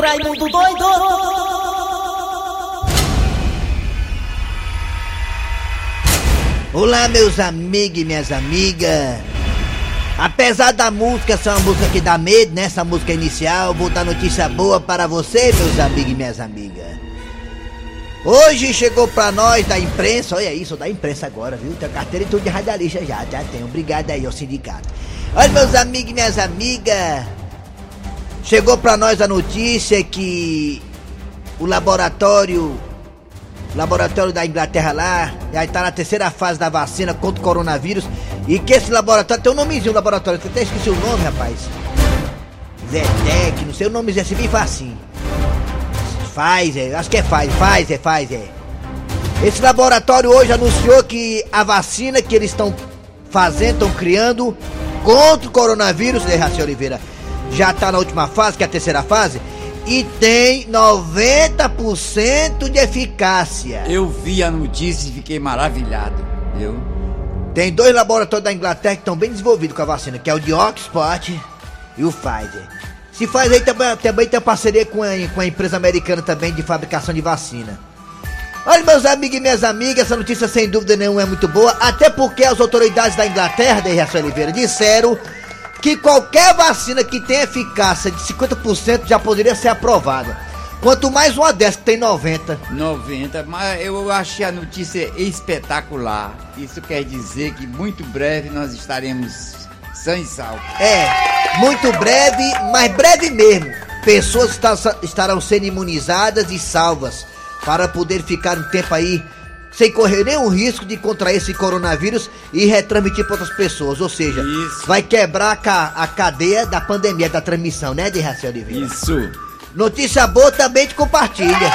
Raimundo doido! Olá, meus amigos e minhas amigas. Apesar da música ser uma música que dá medo, né? Essa música inicial, vou dar notícia boa para você, meus amigos e minhas amigas. Hoje chegou pra nós da imprensa, olha isso, da imprensa agora, viu? Tem carteira e tudo de radialista já tem. Obrigado aí ao sindicato. Olha, meus amigos e minhas amigas, chegou pra nós a notícia que o laboratório da Inglaterra lá, já tá na terceira fase da vacina contra o coronavírus. E que esse laboratório, tem um nomezinho, laboratório, eu até esqueci o nome, rapaz. Zetec, não sei o nomezinho assim, bem facinho. Pfizer, acho que é Pfizer. Esse laboratório hoje anunciou que a vacina que eles estão fazendo, estão criando contra o coronavírus, Dejaci Oliveira, já tá na última fase, que é a terceira fase. E tem 90% de eficácia. Eu vi a notícia e fiquei maravilhado, viu? Tem dois laboratórios da Inglaterra que estão bem desenvolvidos com a vacina, que é o de Oxford e o Pfizer. Se faz aí também tem parceria com a empresa americana também de fabricação de vacina. Olha, meus amigos e minhas amigas, essa notícia sem dúvida nenhuma é muito boa, até porque as autoridades da Inglaterra, Dejaci Oliveira, disseram que qualquer vacina que tenha eficácia de 50% já poderia ser aprovada. Quanto mais uma dessa que tem 90. 90, mas eu achei a notícia espetacular. Isso quer dizer que muito breve nós estaremos sã e salvo. É, muito breve, mas breve mesmo. Pessoas estarão sendo imunizadas e salvas para poder ficar um tempo aí sem correr nenhum risco de contrair esse coronavírus e retransmitir para outras pessoas. Ou seja, isso vai quebrar a cadeia da pandemia, da transmissão, né, Dejaci Oliveira? Isso. Notícia boa também te compartilha.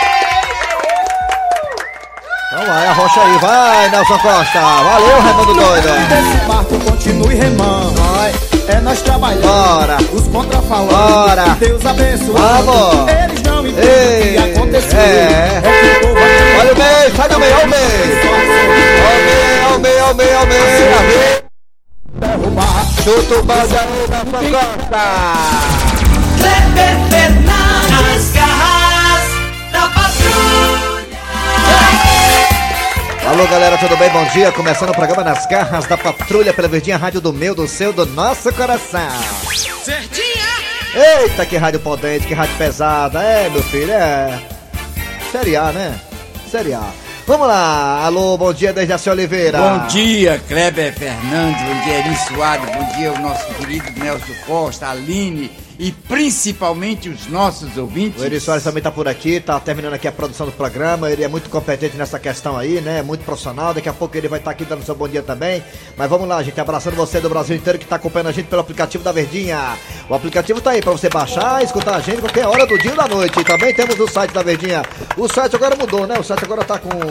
Então vai, arrocha aí, vai, Nelson Costa. Valeu, Raimundo doido. Desse barco continue remando. É nós trabalhando. Bora. Os contrafalando. Bora. Deus abençoe. Vamos. Eles não entendem o que aconteceu. É. Que o povo vai... Olha o meio, sai do meio, olha o meio. Olha o meio. Derrubar. Chuta o balde aí, Nelson Costa. Kleber Fernandes, as garras da patrulha. Alô, galera, tudo bem? Bom dia. Começando o programa Nas Garras da Patrulha pela Verdinha Rádio do meu, do seu, do nosso coração. Verdinha! Eita, que rádio potente, que rádio pesada. É, meu filho, é. Série A, né? Série A. Vamos lá. Alô, bom dia, Dejaci Oliveira. Bom dia, Kleber Fernandes, bom dia, Eri Soares, bom dia, o nosso querido Nelson Costa, Aline e principalmente os nossos ouvintes. O Eri Soares também tá por aqui, tá terminando aqui a produção do programa. Ele é muito competente nessa questão aí, né? Muito profissional. Daqui a pouco ele vai estar aqui dando seu bom dia também. Mas vamos lá, gente, abraçando você do Brasil inteiro que tá acompanhando a gente pelo aplicativo da Verdinha. O aplicativo tá aí pra você baixar e escutar a gente qualquer hora do dia e da noite. E também temos o site da Verdinha. O site agora mudou, né? O site agora tá com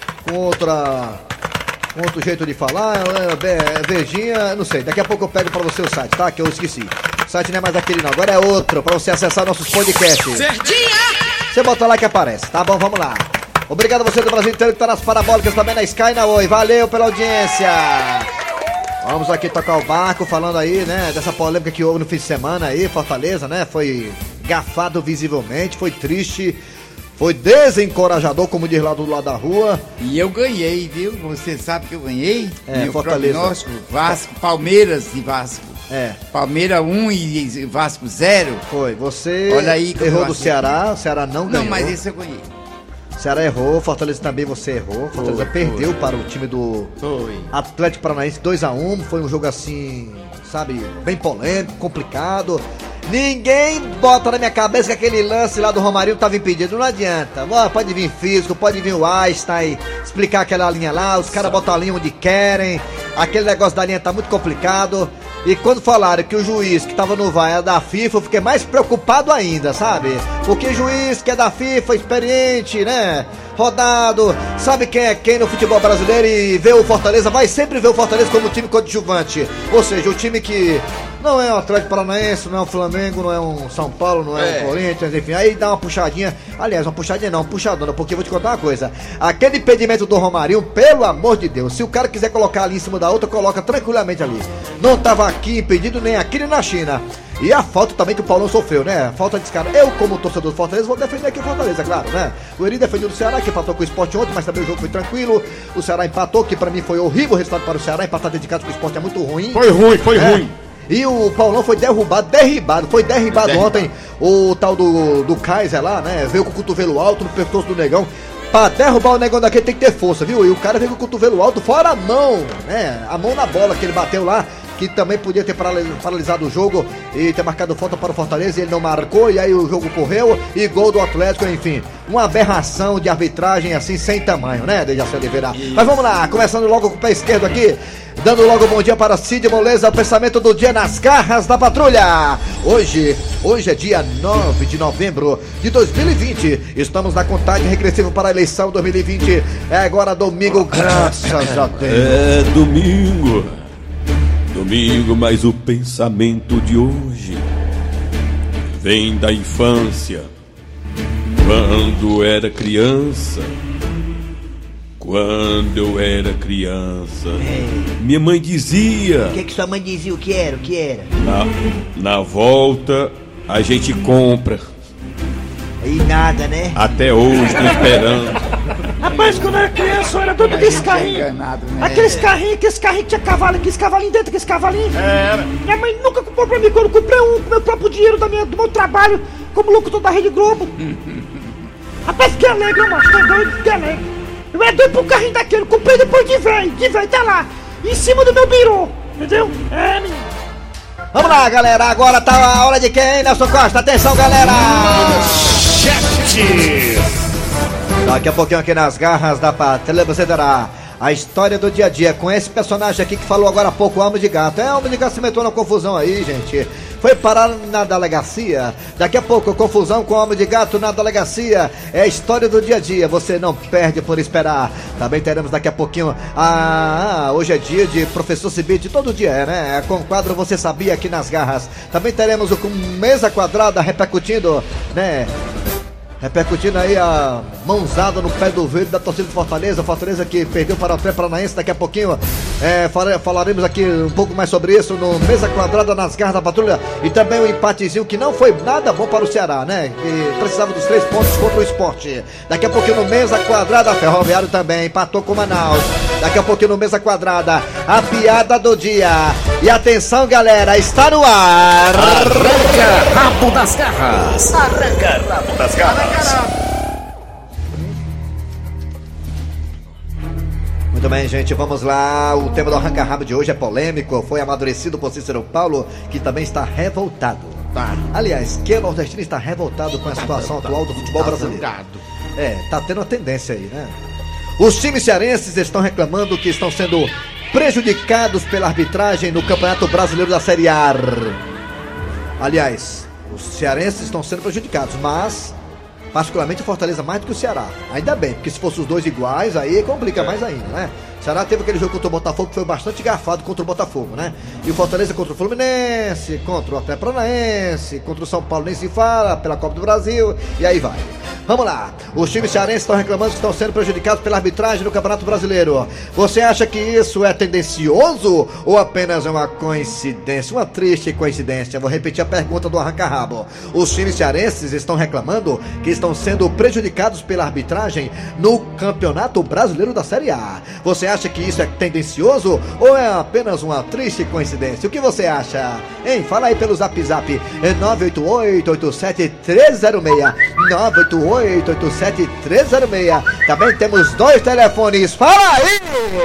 outro jeito de falar, Verdinha, não sei, daqui a pouco eu pego pra você o site, tá? Que eu esqueci. O site não é mais aquele não, agora é outro, pra você acessar nossos podcasts. Verdinha! Você bota lá que aparece, tá bom? Vamos lá. Obrigado a você do Brasil inteiro que tá nas parabólicas, também na Sky e na Oi. Valeu pela audiência. Vamos aqui tocar o barco, falando aí, né, dessa polêmica que houve no fim de semana aí, Fortaleza, né? Foi gafado visivelmente, foi triste. Foi desencorajador, como diz lá do lado da rua. E eu ganhei, viu? Você sabe que eu ganhei? É, Fortaleza. Prognóstico, Vasco, Palmeiras e Vasco. É. Palmeiras 1 e Vasco 0. Foi, você Olha aí, errou do Ceará, o Ceará não ganhou. Não, mas esse eu ganhei. O Ceará errou, Fortaleza também você errou. Fortaleza perdeu para o time do Atlético Paranaense 2-1. Foi um jogo assim, sabe, bem polêmico, complicado. Ninguém bota na minha cabeça que aquele lance lá do Romarinho tava impedido, não adianta. Pode vir físico, pode vir o Einstein explicar aquela linha lá, os caras botam a linha onde querem, aquele negócio da linha tá muito complicado. E quando falaram que o juiz que tava no VAR era da FIFA, eu fiquei mais preocupado ainda, sabe? Porque o juiz que é da FIFA, experiente, né? Rodado, sabe quem é quem no futebol brasileiro e vê o Fortaleza, vai sempre ver o Fortaleza como time coadjuvante. Ou seja, o time que não é um Atlético Paranaense, não é um Flamengo, não é um São Paulo, não é um Corinthians, enfim, aí dá uma puxadinha. Aliás, uma puxadinha não, uma puxadona, porque eu vou te contar uma coisa. Aquele impedimento do Romarinho, pelo amor de Deus, se o cara quiser colocar ali em cima da outra, coloca tranquilamente ali. Não tava aqui impedido nem aqui nem na China. E a falta também que o Paulão sofreu, né? Falta de descarado. Eu, como torcedor do Fortaleza, vou defender aqui o Fortaleza, claro, né? O Eri defendeu o Ceará, que empatou com o Sport ontem, mas também o jogo foi tranquilo. O Ceará empatou, que pra mim foi horrível o resultado para o Ceará. Empatar dedicado com o Sport é muito ruim. Foi ruim. E o Paulão foi derribado ontem. O tal do Kaiser lá, né? Veio com o cotovelo alto no pescoço do Negão. Pra derrubar o Negão daquele tem que ter força, viu? E o cara veio com o cotovelo alto, fora a mão, né? A mão na bola que ele bateu lá, que também podia ter paralisado o jogo e ter marcado falta para o Fortaleza, e ele não marcou, e aí o jogo correu, e gol do Atlético, enfim. Uma aberração de arbitragem assim, sem tamanho, né, Dejaci Oliveira? Mas vamos lá, começando logo com o pé esquerdo aqui, dando logo bom dia para Cid Moleza, o pensamento do dia nas garras da patrulha. Hoje é dia 9 de novembro de 2020, estamos na contagem regressiva para a eleição 2020, é agora domingo, graças a Deus. É domingo, mas o pensamento de hoje vem da infância, quando era criança. Quando eu era criança, minha mãe dizia... O que sua mãe dizia? O que era? Na volta, a gente compra. E nada, né? Até hoje, tô esperando. Rapaz, quando eu era criança, eu era doido desse carrinho. Enganado, né? Aqueles carrinhos que tinha cavalo, aqueles cavalinhos dentro, aqueles cavalinhos. Minha mãe nunca comprou pra mim, quando eu comprei um com meu próprio dinheiro do meu trabalho, como locutor da Rede Globo. Rapaz, que alegre, macho, tá doido, que alegre. Eu era doido pro carrinho daquele, comprei depois de velho, tá lá, em cima do meu birô, entendeu? Menino. Vamos lá, galera, agora tá a hora de quem, Nelson Costa? Atenção, galera! Daqui a pouquinho aqui nas garras da patrulha você terá a história do dia a dia com esse personagem aqui que falou agora há pouco, o Alma de Gato. O Alma de Gato se meteu na confusão aí, gente. Foi parar na delegacia. Daqui a pouco, confusão com o Alma de Gato na delegacia. É a história do dia a dia, você não perde por esperar. Também teremos daqui a pouquinho hoje é dia de Professor Cibite, todo dia é, né? Com o quadro Você Sabia aqui nas garras. Também teremos o Mesa Quadrada repercutindo, né? Repercutindo aí a mãozada no pé do verde da torcida do Fortaleza. Fortaleza que perdeu para o Atlético Paranaense. Daqui a pouquinho falaremos aqui um pouco mais sobre isso no Mesa Quadrada nas garras da patrulha. E também o empatezinho que não foi nada bom para o Ceará, né? Que precisava dos 3 pontos contra o Sport. Daqui a pouquinho no Mesa Quadrada, Ferroviário também empatou com o Manaus. Daqui a pouquinho no Mesa Quadrada, a piada do dia. E atenção, galera, está no ar. Arranca rabo das garras. Arranca rabo das garras. Muito bem, gente, vamos lá. O tema do arranca-rabo de hoje é polêmico. Foi amadurecido por Cícero Paulo, que também está revoltado. Aliás, que nordestino está revoltado com a situação atual do futebol brasileiro. Tá tendo uma tendência aí, né? Os times cearenses estão reclamando que estão sendo prejudicados pela arbitragem no Campeonato Brasileiro da Série A. Aliás, os cearenses estão sendo prejudicados, mas particularmente o Fortaleza mais do que o Ceará. Ainda bem, porque se fossem os dois iguais, aí complica mais ainda, né? O Ceará teve aquele jogo contra o Botafogo que foi bastante garfado contra o Botafogo, né? E o Fortaleza contra o Fluminense, contra o Atlético Paranaense, contra o São Paulo nem se fala, pela Copa do Brasil, e aí vai. Vamos lá, os times cearenses estão reclamando que estão sendo prejudicados pela arbitragem no Campeonato Brasileiro. Você acha que isso é tendencioso ou apenas uma coincidência, uma triste coincidência? Vou repetir a pergunta do arranca-rabo. Os times cearenses estão reclamando que estão sendo prejudicados pela arbitragem no Campeonato Brasileiro da Série A. Você acha que isso é tendencioso ou é apenas uma triste coincidência? O que você acha? Hein? Fala aí pelo Zap Zap. É 988-87-306. 988-87-306. Também temos 2 telefones. Fala aí!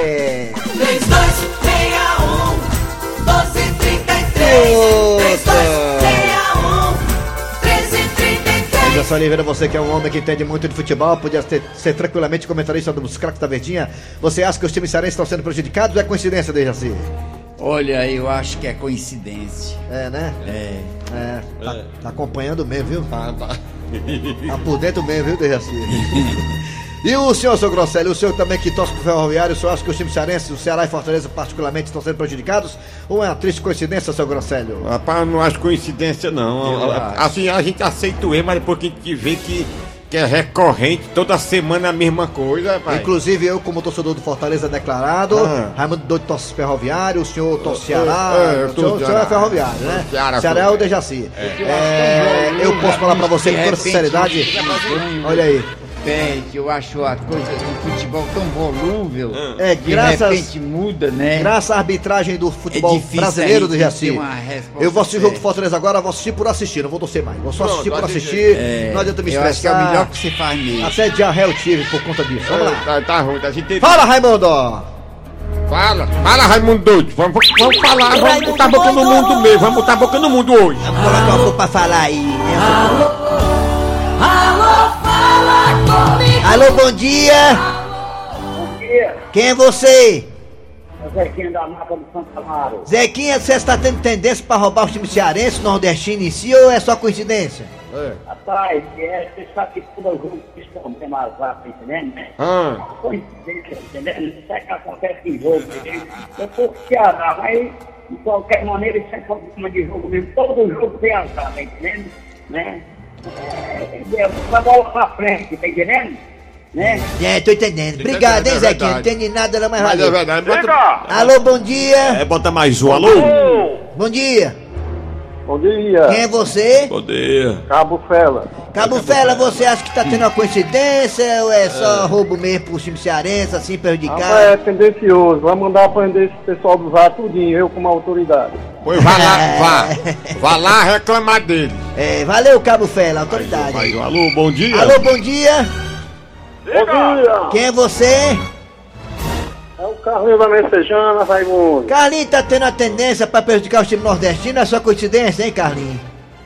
3261-1233. Dejaci Oliveira, você que é um homem que entende muito de futebol, podia ser tranquilamente comentarista dos craques da Verdinha. Você acha que os times cearenses estão sendo prejudicados ou é coincidência, Dejaci? Olha, eu acho que é coincidência. É, né? Tá acompanhando mesmo, viu? Tá. Tá por dentro mesmo, viu, Dejaci? E o senhor, seu Grosselio, o senhor também que torce pro Ferroviário, o senhor acha que os times cearenses, o Ceará e Fortaleza particularmente, estão sendo prejudicados? Ou é uma triste coincidência, seu Grosselio? Rapaz, não acho coincidência não. Assim, a gente aceita o erro, mas depois que a gente vê que que é recorrente, toda semana a mesma coisa, pai. Inclusive eu, como torcedor do Fortaleza declarado, Raimundo doido torce Ferroviário, o senhor torce Ceará, o senhor é Ferroviário, né? Ceará é o Dejaci. Eu posso falar pra você com toda sinceridade, olha aí. Eu acho a coisa do futebol tão volúvel. De repente muda, né? Graças à arbitragem do futebol brasileiro do Jaci. Eu vou assistir o jogo do Fortaleza agora, vou assistir por assistir, não vou torcer mais. Vou só assistir por assistir, não adianta me estressar. Eu acho que é o melhor que você faz mesmo. Até diarreia eu tive por conta disso. Vamos lá. Tá ruim, a gente... Fala, Raimundo! Fala, Raimundo doido. Vamos falar, vamos botar a boca no mundo mesmo. Vamos botar a boca no mundo hoje. Vamos colocar uma boca pra falar aí. Alô, bom dia! Bom dia, Quem é você? é o Zequinha da Mata do Santo Amaro. Zequinha, você está tendo tendência pra roubar o time cearense, nordestino em si, ou é só coincidência? Rapaz, você sabe que todo jogo que estão tendo azar, tá entendendo? Né? Coincidência, entendendo? Isso é que acontece em jogo, entendeu? Eu tô com o Ceará, mas de qualquer maneira isso é problema de jogo mesmo. Todo jogo tem azar, tá entendendo? Né? Vai bola pra frente, tá entendendo? Né? Tô entendendo. Obrigado, hein, Zequinha? Não entendi nada, não, mas valeu. verdade. Alô, bom dia! Bota mais um, alô? Bom dia! Bom dia. Quem é você? Bom dia. Cabo Fela. Cabo Fela, você acha que tá tendo uma coincidência ou é só roubo mesmo pro time cearense, assim, prejudicado? É tendencioso. Vai mandar prender esse pessoal do VAR tudinho, eu como autoridade. Pois vá lá reclamar dele. Valeu, Cabo Fela, autoridade. Alô, bom dia. Alô, bom dia. Bom dia. Quem é você? É o Carlinhos da Messejana, Raimundo. Carlinhos tá tendo a tendência pra prejudicar o time nordestino, é só coincidência, hein, Carlinhos?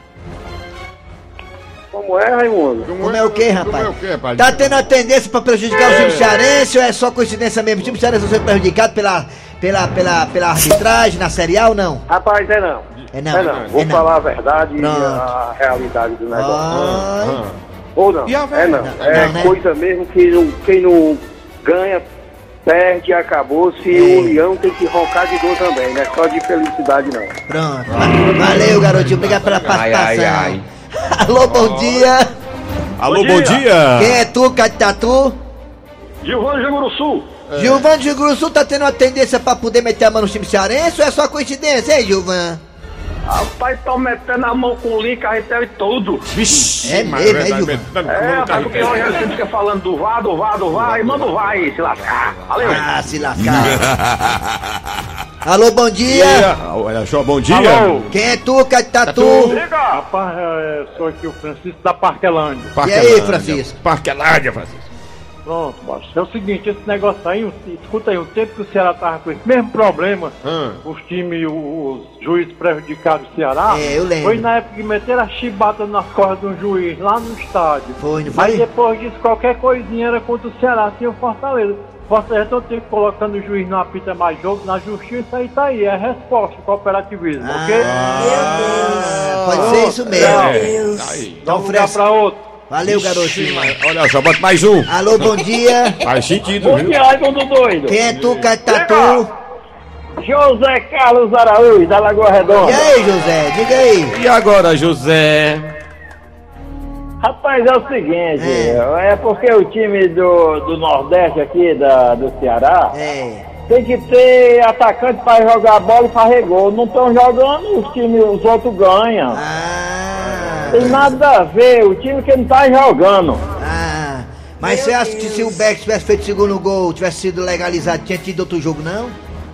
Como é, Raimundo? Como é o quê, rapaz? Como é o quê, rapaz? Tá tendo a tendência pra prejudicar o time cearense ou é só coincidência mesmo? O time cearense vai ser prejudicado pela arbitragem na Série A ou não? Rapaz, é não. É não. Vou É não. falar a verdade e Pronto. a realidade do negócio. Ai. Ou não? É não. É Não, né? coisa mesmo que quem não ganha, perde e acabou. Se o leão tem que roncar de dor também, não é só de felicidade não. Pronto. Valeu, garotinho. Obrigado pela participação. Alô, bom dia. Alô, bom dia. Quem é tu, Catatu? Gilvano de Guruçu. Gilvan de Gruçu tá tendo uma tendência pra poder meter a mão no time cearense ou é só coincidência, hein, Gilvan? Rapaz, tá metendo a mão com o link, arretel e tudo. Vixe, É mesmo, é, Gilvan? Rapaz, porque hoje a gente fica falando do VAR, e manda o VAR aí, se lascar. Valeu. Ah, se lascar. Alô, bom dia. Olha só, bom dia. Alô. Quem é tu, Catatu? Rapaz, sou aqui o Francisco da Parquelândia. E aí, Francisco? Parquelândia, Francisco. Pronto, baixo. É o seguinte, esse negócio aí, escuta aí, o tempo que o Ceará tava com esse mesmo problema, os times, os juízes prejudicaram o Ceará, eu lembro. foi na época que meteram a chibata nas costas de um juiz lá no estádio. Foi, não Mas foi? depois disso, qualquer coisinha era contra o Ceará, tinha o Fortaleza. Fortaleza todo tempo colocando o juiz não apita mais jogo, na justiça aí tá aí, é a resposta, cooperativismo, ok? Pode ser isso mesmo. Dá um lugar pra outro. Valeu, garotinho. Olha só, bota mais um. Alô, bom dia. Faz sentido, viu? Raimundo doido. Quem é tu, Catatu? José Carlos Araújo, da Lagoa Redonda. E aí, José? Diga aí. E agora, José? Rapaz, é o seguinte, é porque o time do Nordeste aqui, do Ceará, tem que ter atacante pra jogar bola e fazer gol. Não estão jogando, os outros ganham. Tem nada a ver, o time que não tá jogando. Mas você acha que se o Beck tivesse feito o segundo gol, tivesse sido legalizado, tinha tido outro jogo, não?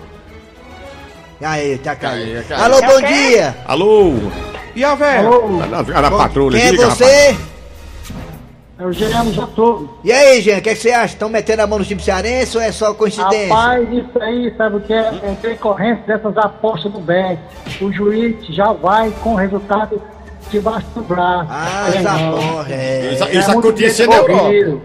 Aí, tá caindo. Alô, bom dia. Alô? E a velha? Na patrulha. Quem é diga, você? rapaz. É o Jean Jatu. E aí, Jean, o que você acha? Estão metendo a mão no time cearense ou é só coincidência? Rapaz, isso aí, sabe o que é? É decorrência dessas apostas do Beck. O juiz já vai com o resultado debaixo do braço. Essa porra, Isso aconteceu na Europa.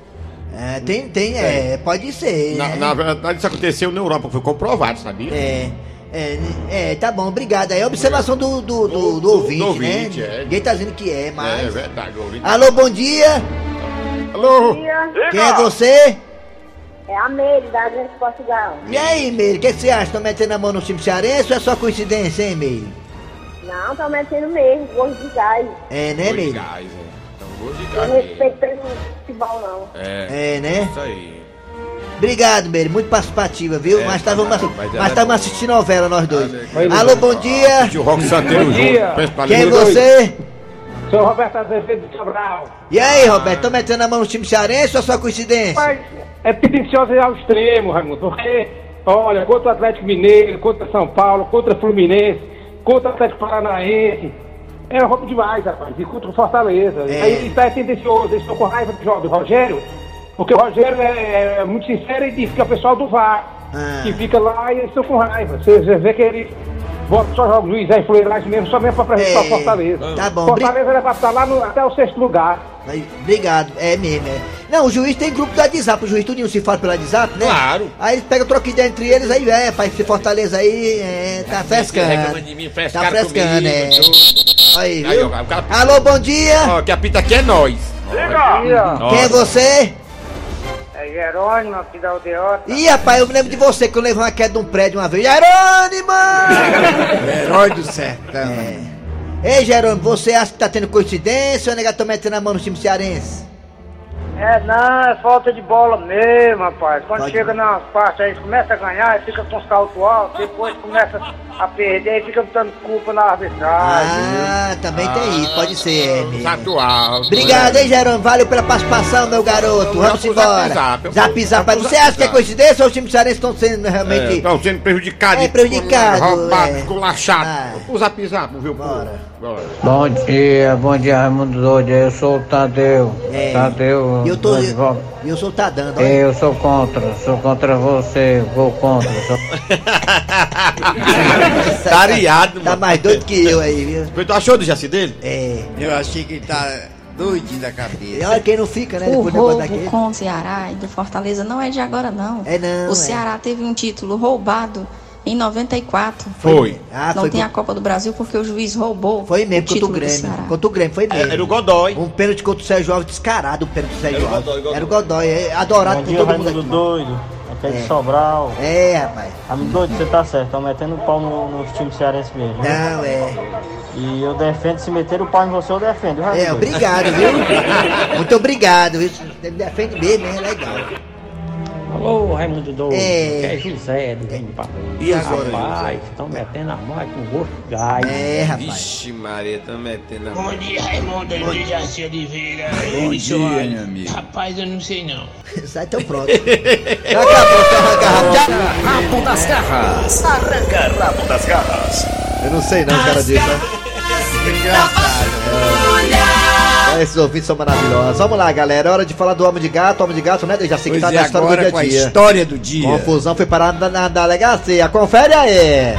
Pode ser. Na verdade, isso aconteceu na Europa, foi comprovado, sabia? Tá bom, obrigado. É a observação do ouvinte, né? É. Ninguém tá dizendo que é, mas... É verdade, o ouvinte. Alô, bom dia. Alô? Quem é você? É a Meire, da Grande Portugal. E aí, Meire, o que você acha? Estão metendo a mão no time cearense ou é só coincidência, hein, Meire? Não, tô metendo mesmo, gosto de gás. É, né, Meire? Então vou Eu ligar não nele. respeitei no futebol, não. É, né? Isso aí. Obrigado, Meire, muito participativa, viu? Mas estávamos assistindo novela, nós dois. Oi, Alô, bom dia! Tio Rock Santeiro Bom dia. junto. Quem é você? Sou Roberto Azevedo de Cabral. E aí, Roberto, tô metendo a mão no time cearense ou é só coincidência? Mas é tendencioso ao extremo, Raimundo, porque, olha, contra o Atlético Mineiro, contra São Paulo, contra o Fluminense, contra o Atlético Paranaense, é roubo demais, rapaz, e contra o Fortaleza. Aí isso é tendencioso, eles estão com raiva do Rogério, porque o Rogério é muito sincero e diz que é o pessoal do VAR, que fica lá e eles estão com raiva. Você vê que eles votam só jogos Luiz é influência mesmo, só mesmo pra apresentar o Fortaleza. Tá bom, Fortaleza era pra estar lá até o 6º lugar. Obrigado, é mesmo, é. Não, o juiz tem grupo do WhatsApp, o juiz tudinho se fala pelo WhatsApp, né? Claro. Aí eles pegam troca ideia entre eles, aí pai, se Fortaleza aí, tá frescando. Reclama de mim, Tá frescando, Aí, Aí, viu? ó, o cara- Alô, bom dia! Ó, que apita aqui é nós. Quem é você? É Jerônimo aqui da Aldeota. Ih, rapaz, eu me lembro de você que eu levei uma queda de um prédio uma vez. Jerônimo! Herói do sertão. Ei, Jerônimo, você acha que tá tendo coincidência ou nega tá metendo a mão no time cearense? Não, é falta de bola mesmo, rapaz. Quando Pode. chega nas partes aí, começa a ganhar, aí fica com os saltos altos, depois começa a perder e fica botando culpa na arbitragem. Também tem isso, pode ser. Atual. Obrigado, hein, Jerônimo? Valeu pela participação, meu garoto. Vamos embora. Zap, zap. Você acha que é coincidência ou os times cearenses estão sendo realmente... Estão sendo prejudicados. Roubados, esculachados. O zap zap, viu? Bora. Bom dia, Raimundo Doido. Eu sou o Tadeu. Tadeu. Eu sou o Tadando. Eu sou contra você. Vou contra. Tá ariado, Tá mais doido que eu aí, viu? Tu achou do Jaci dele? Eu achei que ele tá doidinho da cabeça. E olha quem não fica, né? O Depois do negócio roubo daquele. com o Ceará e do Fortaleza não é de agora, não. Não. O Ceará teve um título roubado em 94. Foi. Não foi tem a Copa do Brasil porque o juiz roubou. Foi mesmo, o contra o título do Grêmio. Ceará. Contra o Grêmio, foi mesmo. Era o Godoy. Um pênalti contra o Sérgio Alves descarado, o pênalti do Sérgio Alves. Godoy. Era o Godoy, adorado por todo mundo aqui. Doido, aqui é de Sobral. Rapaz. Raimundo Doido, você tá certo, estão metendo o pau nos times cearenses mesmo. Não, E eu defendo, se meter o pau em você, eu defendo. Raimundo. Obrigado, viu? Muito obrigado, viu? Você me defende mesmo, é legal. Alô, Raimundo Doido, que é José do Reino Papo. E agora, Rapaz, estão metendo a mão com gosto de gás. Rapaz. Vixe, Maria, estão metendo a mão. Bom dia, Raimundo, de Jaci Oliveira. Bom dia, meu amigo. Rapaz, eu não sei não. Sai tão pronto. Rabo das garras. Arranca rabo das garras. Eu não sei não, cara disso. Esses ouvintes são maravilhosos. Vamos lá, galera. É hora de falar do Homem de Gato. Homem de Gato, né? Já sei que tá na história do dia a dia. Com a história do dia. Confusão foi parar na delegacia. Confere aí.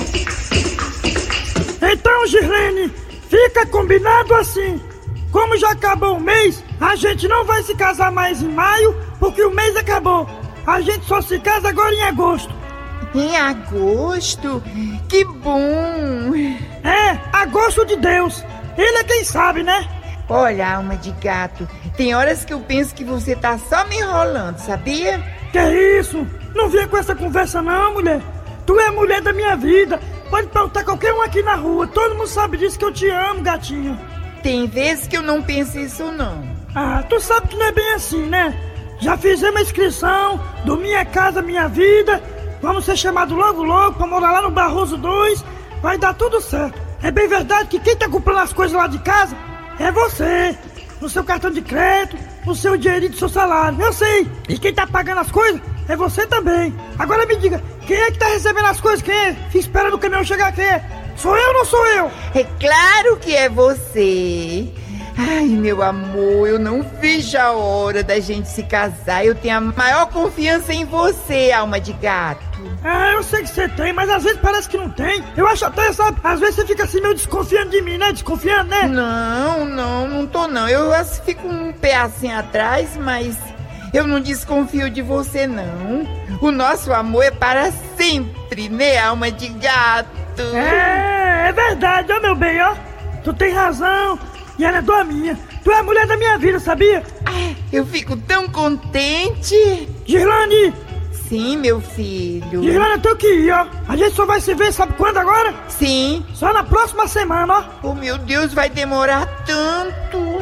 Então, Girlene, fica combinado assim. Como já acabou o mês, a gente não vai se casar mais em maio, porque o mês acabou. A gente só se casa agora em agosto. Em agosto? Que bom! Agosto de Deus. Ele é quem sabe, né? Olha, alma de gato, tem horas que eu penso que você tá só me enrolando, sabia? Que isso? Não venha com essa conversa não, mulher. Tu é a mulher da minha vida. Pode perguntar qualquer um aqui na rua. Todo mundo sabe disso, que eu te amo, gatinha. Tem vezes que eu não penso isso não. Tu sabe que não é bem assim, né? Já fizemos a inscrição do Minha Casa Minha Vida. Vamos ser chamados logo pra morar lá no Barroso 2. Vai dar tudo certo. É bem verdade que quem tá comprando as coisas lá de casa é você. No seu cartão de crédito, no seu dinheirinho do seu salário. Eu sei. E quem tá pagando as coisas é você também. Agora me diga, quem é que tá recebendo as coisas? Quem é? Fica esperando o caminhão chegar aqui. Sou eu ou não sou eu? É claro que é você. Ai, meu amor, eu não vejo a hora da gente se casar. Eu tenho a maior confiança em você, alma de gato. Eu sei que você tem, mas às vezes parece que não tem. Eu acho até, sabe, às vezes você fica assim meio desconfiando de mim, né? Desconfiando, né? Não tô não. Eu fico um pé assim atrás, mas eu não desconfio de você, não. O nosso amor é para sempre, né, alma de gato? É verdade, ó, meu bem, ó. Tu tem razão. E ela é da minha. Tu é a mulher da minha vida, sabia? Eu fico tão contente. Girlane! Sim, meu filho. Girlane, eu tenho que ir, ó. A gente só vai se ver, sabe quando agora? Sim. Só na próxima semana, ó. Oh, meu Deus, vai demorar tanto.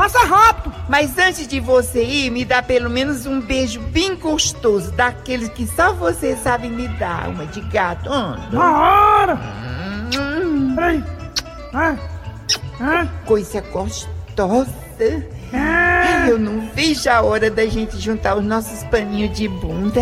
passa rápido. Mas antes de você ir, me dá pelo menos um beijo bem gostoso, daqueles que só você sabe me dar. Uma de gato. Na hora. Peraí. Coisa gostosa. Eu não vejo a hora da gente juntar os nossos paninhos de bunda.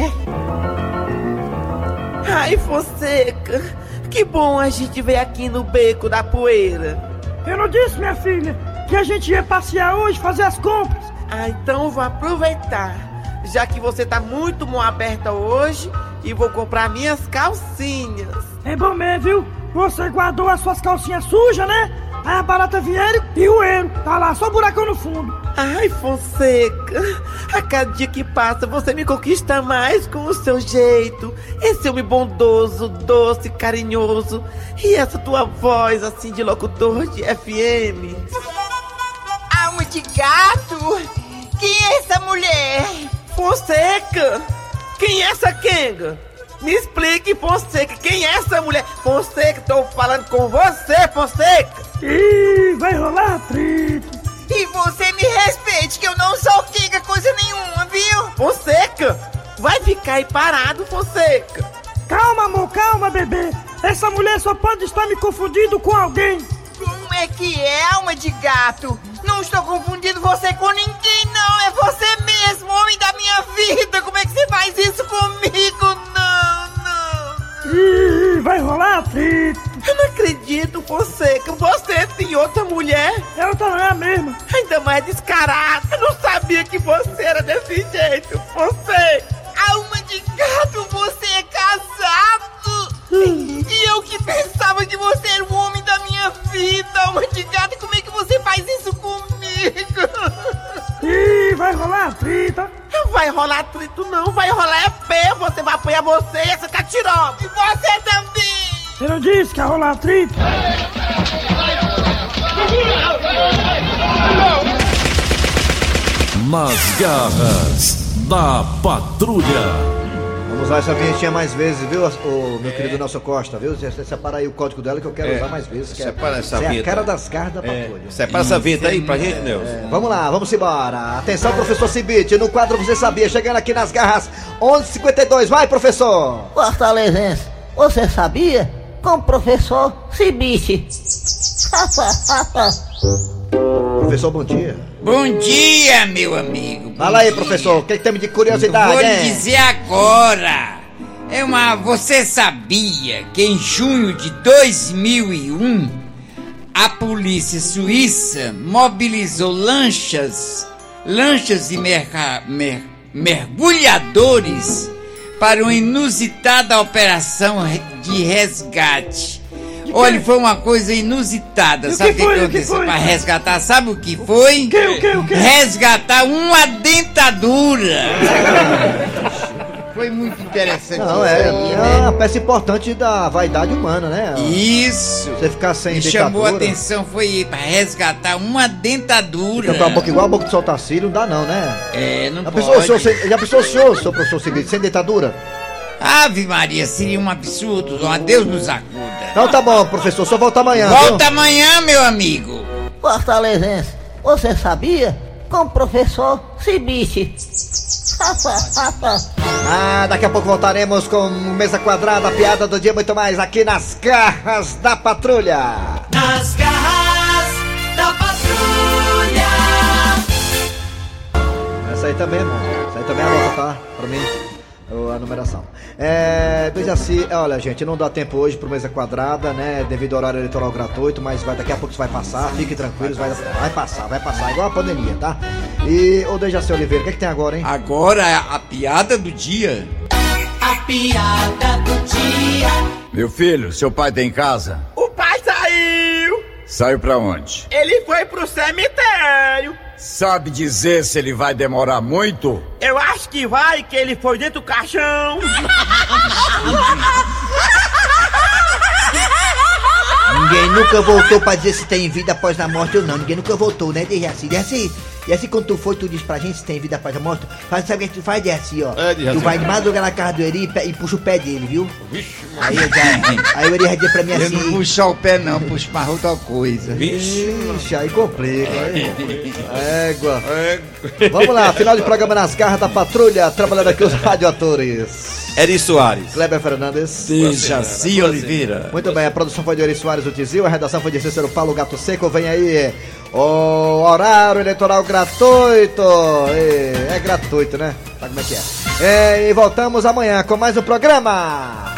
Ai, Fonseca, que bom a gente ver aqui no Beco da Poeira. Eu não disse, minha filha, que a gente ia passear hoje, fazer as compras. Ah, então eu vou aproveitar, já que você tá muito mão aberta hoje, e vou comprar minhas calcinhas. É bom mesmo, viu? Você guardou as suas calcinhas sujas, né? Aí a barata vieram e o erro. Tá lá, só buracão no fundo. Ai, Fonseca, a cada dia que passa você me conquista mais com o seu jeito. Esse homem bondoso, doce, carinhoso. E essa tua voz assim de locutor de FM. Alma de gato? Quem é essa mulher? Fonseca, quem é essa Kenga? Me explique, Fonseca, quem é essa mulher? Fonseca, tô falando com você, Fonseca. Ih, vai rolar atrito. E você me respeite, que eu não sou Kenga coisa nenhuma, viu? Fonseca, vai ficar aí parado, Fonseca. Calma, amor, calma, bebê. Essa mulher só pode estar me confundindo com alguém. Como é que é, alma de gato? Não estou confundindo você com ninguém, não. É você mesmo, homem da minha vida. Como é que você faz isso comigo? Não. Ih, vai rolar atrito. Eu não acredito, Fonseca. Você tem outra mulher? Ela não é a mesma. Ainda mais descarada. Eu não sabia que você era desse jeito, Fonseca. Alma de gato, você é casado. E eu que pensava que você era o homem da minha vida, alma de gato. Como é que você faz isso comigo? Ih, vai rolar atrito. Não vai rolar atrito, não. Vai rolar é pé. Você vai apanhar você e essa catiroba. E você também. Você não disse que ia rolar atrito? Nas garras da patrulha. Vamos usar essa vinhetinha mais vezes, viu, meu querido Nelson Costa, viu? Você separa aí o código dela que eu quero usar mais vezes. Separa essa vinheta. É a cara das garras da patrulha. Separa essa vinheta aí pra gente, Nelson. Vamos lá, vamos embora. Atenção, professor Cibite, no quadro Você Sabia, chegando aqui nas garras 11h52. Vai, professor! Fortalezense, você sabia? Com o professor Cibite. Professor, bom dia. Bom dia, meu amigo. Fala aí, professor, o que temos de curiosidade, Vou lhe dizer agora. Você sabia que em junho de 2001 a polícia suíça mobilizou lanchas e mergulhadores para uma inusitada operação de resgate? Olha, foi uma coisa inusitada. Sabe o que aconteceu para resgatar? Sabe o que foi? O que? Resgatar uma dentadura. Foi muito interessante. Não, é uma peça importante da vaidade humana, né? Isso. Você ficar sem me dentadura. Chamou a atenção, foi para resgatar uma dentadura. Fica um pouco igual a boca de Soltacílio, não dá não, né? Não já pode. Já pensou o senhor, professor Cibite, sem dentadura? Ave Maria, seria um absurdo. Deus nos acuda. Então tá bom, professor, só volta amanhã. Volta amanhã, meu amigo. Fortalezense, você sabia? Com o professor Cibite. Daqui a pouco voltaremos com Mesa Quadrada, a piada do dia, muito mais aqui nas garras da patrulha. Nas garras da patrulha. Essa aí também, irmão. Essa aí também anota, tá? Pra mim. A numeração. Diz assim, olha, gente, não dá tempo hoje pro Mesa Quadrada, né? Devido ao horário eleitoral gratuito, mas daqui a pouco isso vai passar, fiquem tranquilos, vai passar, igual a pandemia, tá? E, ô Dejaci Oliveira, o que tem agora, hein? Agora é a piada do dia. A piada do dia. Meu filho, seu pai tá em casa? O pai saiu. Saiu pra onde? Ele foi pro cemitério. Sabe dizer se ele vai demorar muito? Eu acho que vai, que ele foi dentro do caixão. Ninguém nunca voltou pra dizer se tem vida após a morte ou não. Ninguém nunca voltou, né, Dejaci? E assim quando tu for, tu diz pra gente se tem vida após a morte. Sabe o que tu faz? É assim, ó. Tu vai de madrugada na casa do Eri e puxa o pé dele, viu? Vixe, aí o Eri vai dizer pra mim assim... Eu não puxo o pé não, puxo mais outra coisa. Vixe, aí complica. Égua. Vamos lá, final de programa nas garras da patrulha, trabalhando aqui os radioatores. Eri Soares, Kleber Fernandes, Jaci Oliveira. Muito bem, a produção foi de Eri Soares, o Tizil, a redação foi de Cícero Paulo Gato Seco. Vem aí o horário eleitoral gratuito. É gratuito, né? Sabe como é que é? E voltamos amanhã com mais um programa.